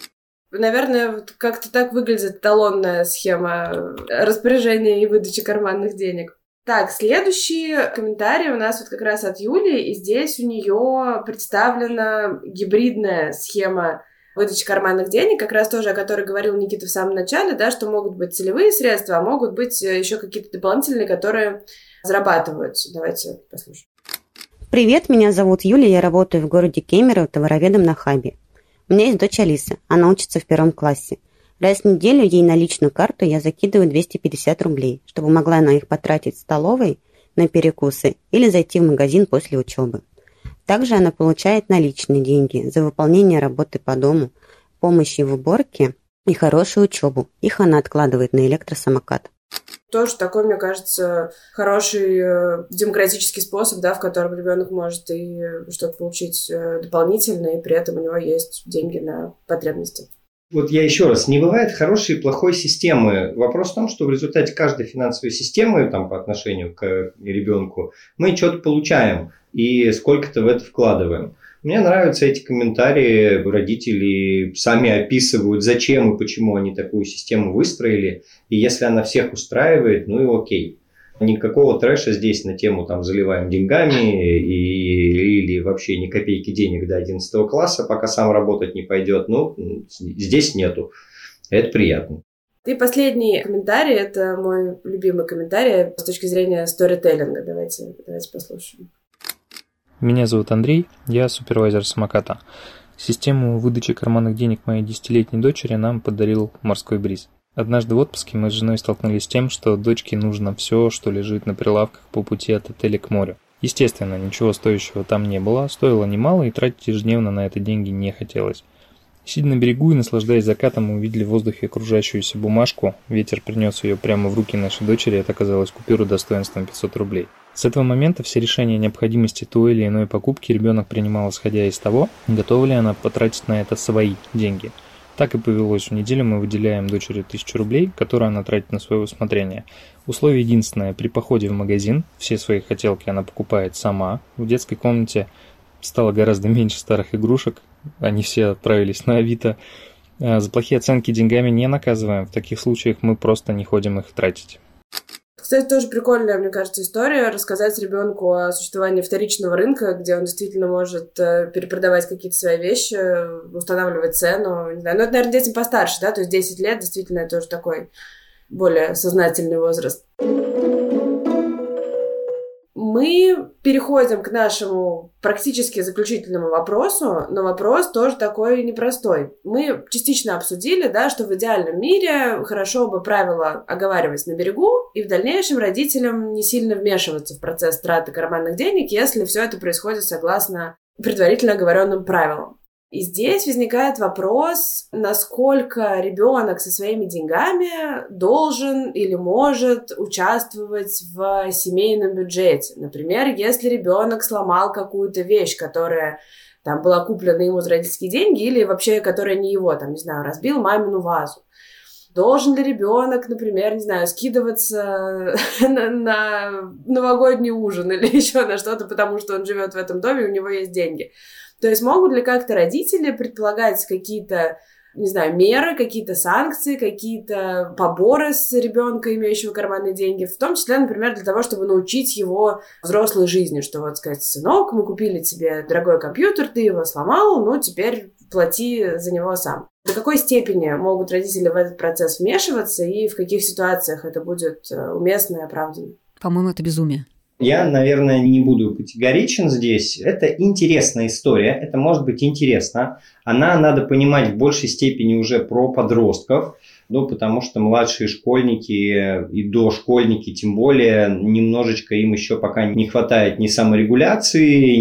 Наверное, как-то так выглядит эталонная схема распоряжения и выдачи карманных денег. Так, следующий комментарий у нас вот как раз от Юли, и здесь у нее представлена гибридная схема выдачи карманных денег, как раз тоже, о которой говорил Никита в самом начале, да, что могут быть целевые средства, а могут быть еще какие-то дополнительные, которые зарабатываются. Давайте послушаем. Привет, меня зовут Юлия, я работаю в городе Кемерово товароведом на хабе. У меня есть дочь Алиса, она учится в первом классе. Раз в неделю ей на личную карту я закидываю двести пятьдесят рублей, чтобы могла она их потратить в столовой на перекусы или зайти в магазин после учебы. Также она получает наличные деньги за выполнение работы по дому, помощи в уборке и хорошую учебу. Их она откладывает на электросамокат. Тоже такой, мне кажется, хороший э, демократический способ, да, в котором ребенок может и что-то получить э, дополнительно, и при этом у него есть деньги на потребности. Вот я еще раз, не бывает хорошей и плохой системы. Вопрос в том, что в результате каждой финансовой системы там, по отношению к ребенку мы что-то получаем и сколько-то в это вкладываем. Мне нравятся эти комментарии, родители сами описывают, зачем и почему они такую систему выстроили, и если она всех устраивает, ну и окей. Никакого трэша здесь на тему там заливаем деньгами и, или вообще ни копейки денег до одиннадцатого класса, пока сам работать не пойдет, ну, здесь нету. Это приятно. И последний комментарий, это мой любимый комментарий с точки зрения сторителлинга. Давайте, давайте послушаем. Меня зовут Андрей, я супервайзер самоката. Систему выдачи карманных денег моей десятилетней дочери нам подарил «Морской бриз». Однажды в отпуске мы с женой столкнулись с тем, что дочке нужно все, что лежит на прилавках по пути от отеля к морю. Естественно, ничего стоящего там не было, стоило немало, и тратить ежедневно на это деньги не хотелось. Сидя на берегу и наслаждаясь закатом, мы увидели в воздухе окружающуюся бумажку. Ветер принес ее прямо в руки нашей дочери, это оказалась купюра достоинством пятьсот рублей. С этого момента все решения о необходимости той или иной покупки ребенок принимал, исходя из того, готова ли она потратить на это свои деньги. Так и повелось. В неделю мы выделяем дочери тысячу рублей, которые она тратит на свое усмотрение. Условие единственное. При походе в магазин все свои хотелки она покупает сама. В детской комнате стало гораздо меньше старых игрушек. Они все отправились на Авито. За плохие оценки деньгами не наказываем. В таких случаях мы просто не ходим их тратить. Кстати, тоже прикольная, мне кажется, история рассказать ребенку о существовании вторичного рынка, где он действительно может перепродавать какие-то свои вещи, устанавливать цену. Не знаю. Но это, наверное, детям постарше, да, то есть десять лет, действительно, это тоже такой более сознательный возраст. Мы переходим к нашему практически заключительному вопросу, но вопрос тоже такой непростой. Мы частично обсудили, да, что в идеальном мире хорошо бы правила оговаривать на берегу и в дальнейшем родителям не сильно вмешиваться в процесс траты карманных денег, если все это происходит согласно предварительно оговоренным правилам. И здесь возникает вопрос, насколько ребенок со своими деньгами должен или может участвовать в семейном бюджете. Например, если ребенок сломал какую-то вещь, которая там была куплена ему за родительские деньги, или вообще которая не его, там, не знаю, разбил мамину вазу. Должен ли ребенок, например, не знаю, скидываться на, на новогодний ужин или еще на что-то, потому что он живет в этом доме, у него есть деньги. То есть могут ли как-то родители предполагать какие-то, не знаю, меры, какие-то санкции, какие-то поборы с ребенка, имеющего карманные деньги, в том числе, например, для того, чтобы научить его взрослой жизни, что вот сказать: сынок, мы купили тебе дорогой компьютер, ты его сломал, ну теперь плати за него сам. До какой степени могут родители в этот процесс вмешиваться и в каких ситуациях это будет уместно и оправданно? По-моему, это безумие. Я, наверное, не буду категоричен здесь. Это интересная история, это может быть интересно. Она, надо понимать, в большей степени уже про подростков, ну, потому что младшие школьники и дошкольники, тем более, немножечко им еще пока не хватает ни саморегуляции,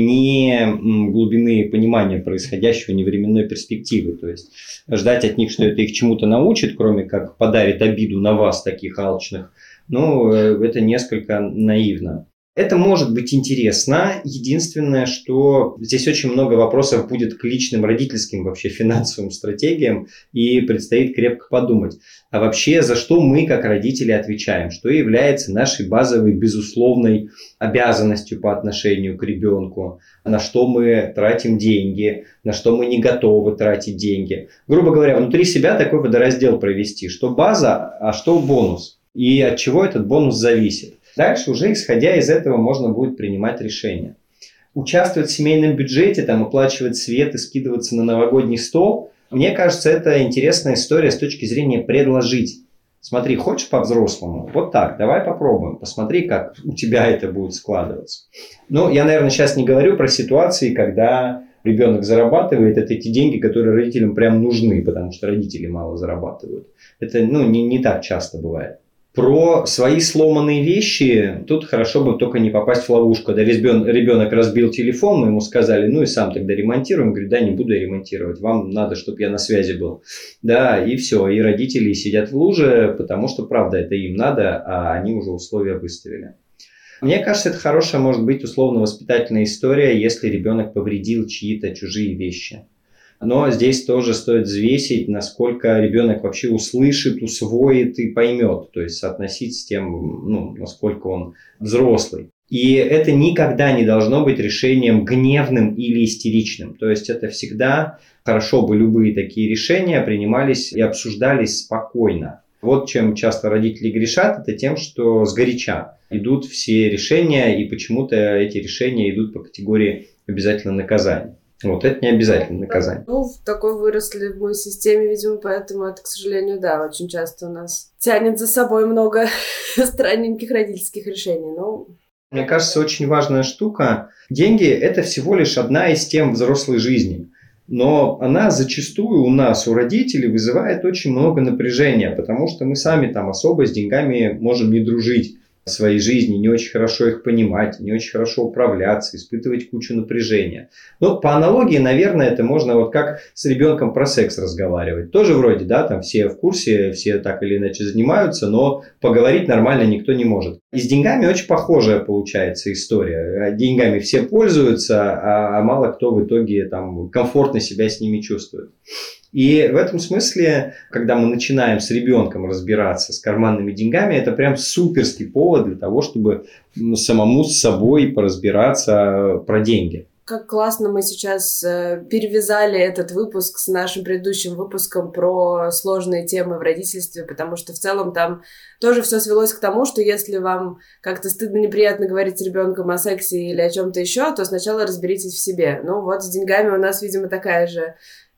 ни глубины понимания происходящего, ни временной перспективы. То есть ждать от них, что это их чему-то научит, кроме как подарит обиду на вас, таких алчных, ну, это несколько наивно. Это может быть интересно. Единственное, что здесь очень много вопросов будет к личным родительским вообще финансовым стратегиям, и предстоит крепко подумать. А вообще, за что мы, как родители, отвечаем? Что является нашей базовой, безусловной обязанностью по отношению к ребенку? На что мы тратим деньги? На что мы не готовы тратить деньги? Грубо говоря, внутри себя такой водораздел провести. Что база, а что бонус? И от чего этот бонус зависит? Дальше уже, исходя из этого, можно будет принимать решения. Участвовать в семейном бюджете, там, оплачивать свет и скидываться на новогодний стол, мне кажется, это интересная история с точки зрения предложить. Смотри, хочешь по-взрослому? Вот так, давай попробуем. Посмотри, как у тебя это будет складываться. Ну, я, наверное, сейчас не говорю про ситуации, когда ребенок зарабатывает, это те деньги, которые родителям прям нужны, потому что родители мало зарабатывают. Это, ну, не, не так часто бывает. Про свои сломанные вещи тут хорошо бы только не попасть в ловушку. Когда ребенок разбил телефон, мы ему сказали: ну и сам тогда ремонтируй. Он говорит: да, не буду я ремонтировать, вам надо, чтобы я на связи был. Да, и все, и родители сидят в луже, потому что, правда, это им надо, а они уже условия выставили. Мне кажется, это хорошая, может быть, условно-воспитательная история, если ребенок повредил чьи-то чужие вещи. Но здесь тоже стоит взвесить, насколько ребенок вообще услышит, усвоит и поймет. То есть соотносить с тем, ну, насколько он взрослый. И это никогда не должно быть решением гневным или истеричным. То есть это всегда хорошо бы любые такие решения принимались и обсуждались спокойно. Вот чем часто родители грешат, это тем, что сгоряча идут все решения, и почему-то эти решения идут по категории обязательно наказания. Вот это не обязательно наказание. Ну, в такой выросли мы системе, видимо, поэтому это, к сожалению, да, очень часто у нас тянет за собой много странненьких родительских решений. Но... Мне кажется, очень важная штука. Деньги – это всего лишь одна из тем взрослой жизни. Но она зачастую у нас, у родителей, вызывает очень много напряжения, потому что мы сами там особо с деньгами можем не дружить в своей жизни, не очень хорошо их понимать, не очень хорошо управляться, испытывать кучу напряжения. Но по аналогии, наверное, это можно вот как с ребенком про секс разговаривать. Тоже вроде, да, там все в курсе, все так или иначе занимаются, но поговорить нормально никто не может. И с деньгами очень похожая получается история. Деньгами все пользуются, а мало кто в итоге там комфортно себя с ними чувствует. И в этом смысле, когда мы начинаем с ребенком разбираться с карманными деньгами, это прям суперский повод для того, чтобы самому с собой поразбираться про деньги. Как классно мы сейчас э, перевязали этот выпуск с нашим предыдущим выпуском про сложные темы в родительстве, потому что в целом там тоже все свелось к тому, что если вам как-то стыдно, неприятно говорить с ребенком о сексе или о чем-то еще, то сначала разберитесь в себе. Ну вот с деньгами у нас, видимо, такая же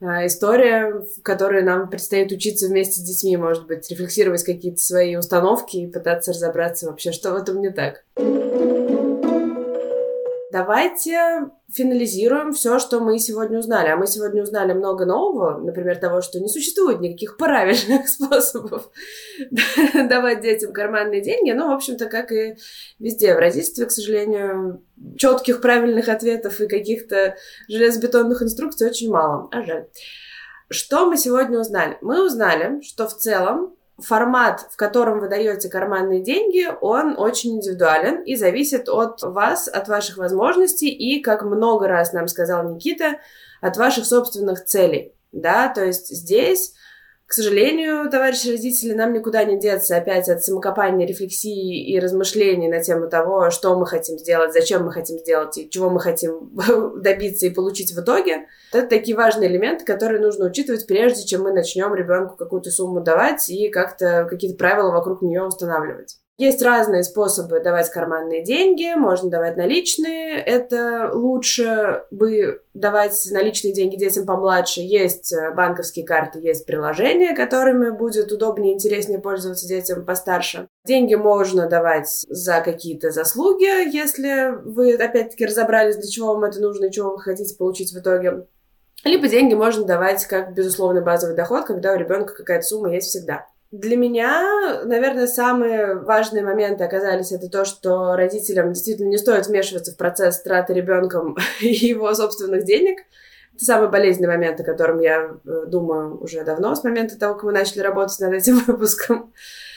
история, в которой нам предстоит учиться вместе с детьми, может быть, рефлексировать какие-то свои установки и пытаться разобраться вообще, что в этом не так. Давайте финализируем все, что мы сегодня узнали. А мы сегодня узнали много нового, например, того, что не существует никаких правильных способов давать детям карманные деньги. Ну, в общем-то, как и везде в родительстве, к сожалению, четких правильных ответов и каких-то железобетонных инструкций очень мало. А жаль. Что мы сегодня узнали? Мы узнали, что в целом формат, в котором вы даете карманные деньги, он очень индивидуален и зависит от вас, от ваших возможностей и, как много раз нам сказал Никита, от ваших собственных целей. Да, то есть здесь, к сожалению, товарищи родители, нам никуда не деться опять от самокопания, рефлексии и размышлений на тему того, что мы хотим сделать, зачем мы хотим сделать и чего мы хотим добиться и получить в итоге. Это такие важные элементы, которые нужно учитывать, прежде чем мы начнем ребенку какую-то сумму давать и как-то какие-то правила вокруг нее устанавливать. Есть разные способы давать карманные деньги, можно давать наличные, это лучше бы давать наличные деньги детям помладше. Есть банковские карты, есть приложения, которыми будет удобнее и интереснее пользоваться детям постарше. Деньги можно давать за какие-то заслуги, если вы, опять-таки, разобрались, для чего вам это нужно и чего вы хотите получить в итоге. Либо деньги можно давать как безусловный базовый доход, когда у ребенка какая-то сумма есть всегда. Для меня, наверное, самые важные моменты оказались это то, что родителям действительно не стоит вмешиваться в процесс траты ребенком его собственных денег. Это самый болезненный момент, о котором я думаю уже давно, с момента того, как мы начали работать над этим выпуском.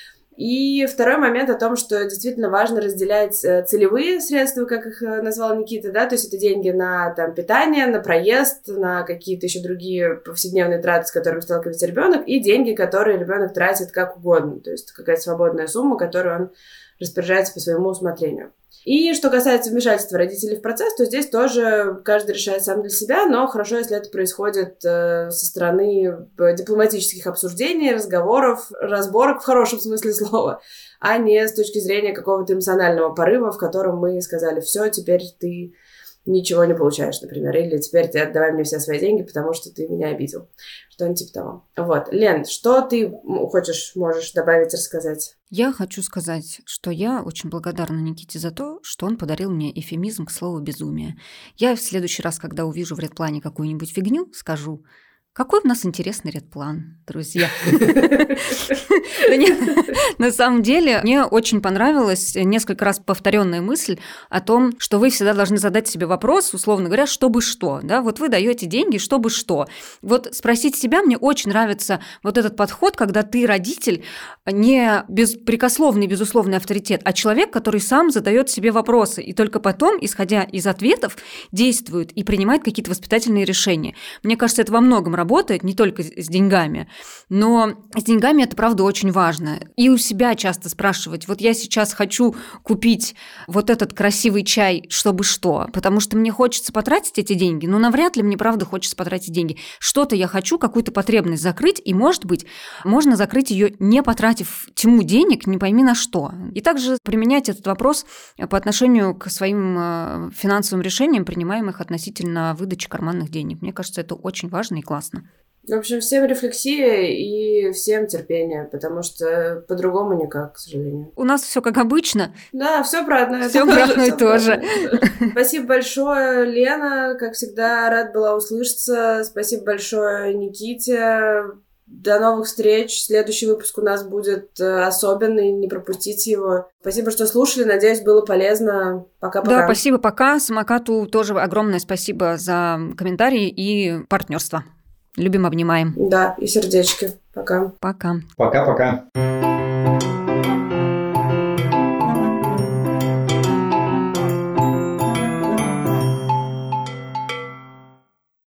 И второй момент о том, что действительно важно разделять целевые средства, как их назвал Никита, да, то есть это деньги на там, питание, на проезд, на какие-то еще другие повседневные траты, с которыми сталкивается ребенок, и деньги, которые ребенок тратит как угодно, то есть какая-то свободная сумма, которую он распоряжается по своему усмотрению. И что касается вмешательства родителей в процесс, то здесь тоже каждый решает сам для себя, но хорошо, если это происходит э, со стороны дипломатических обсуждений, разговоров, разборок в хорошем смысле слова, а не с точки зрения какого-то эмоционального порыва, в котором мы сказали: все, теперь ты ничего не получаешь, например, или теперь ты отдавай мне все свои деньги, потому что ты меня обидел. Что-нибудь типа того. Вот. Лен, что ты хочешь, можешь добавить, рассказать? Я хочу сказать, что я очень благодарна Никите за то, что он подарил мне эвфемизм к слову «безумие». Я в следующий раз, когда увижу в редплане какую-нибудь фигню, скажу: какой у нас интересный редплан, друзья. На самом деле, мне очень понравилась несколько раз повторенная мысль о том, что вы всегда должны задать себе вопрос, условно говоря, чтобы что. Да? Вот вы даете деньги, чтобы что. Вот спросить себя, мне очень нравится вот этот подход, когда ты родитель, не беспрекословный, безусловный авторитет, а человек, который сам задает себе вопросы и только потом, исходя из ответов, действует и принимает какие-то воспитательные решения. Мне кажется, это во многом работает, не только с деньгами, но с деньгами это, правда, очень важно. И у себя часто спрашивать: вот я сейчас хочу купить вот этот красивый чай, чтобы что? Потому что мне хочется потратить эти деньги, но навряд ли мне, правда, хочется потратить деньги. Что-то я хочу, какую-то потребность закрыть, и, может быть, можно закрыть ее, не потратив тьму денег, не пойми на что. И также применять этот вопрос по отношению к своим финансовым решениям, принимаемых относительно выдачи карманных денег. Мне кажется, это очень важно и классно. В общем, всем рефлексия и всем терпения, потому что по-другому никак, к сожалению. У нас все как обычно. Да, все про одно и все про одно и то же. Спасибо большое, Лена. Как всегда, рад была услышаться. Спасибо большое, Никите. До новых встреч. Следующий выпуск у нас будет особенный, не пропустите его. Спасибо, что слушали. Надеюсь, было полезно. Пока-пока. Да, спасибо, пока. Самокату тоже огромное спасибо за комментарии и партнерство. Любим, обнимаем. Да, и сердечки. Пока. Пока. Пока-пока.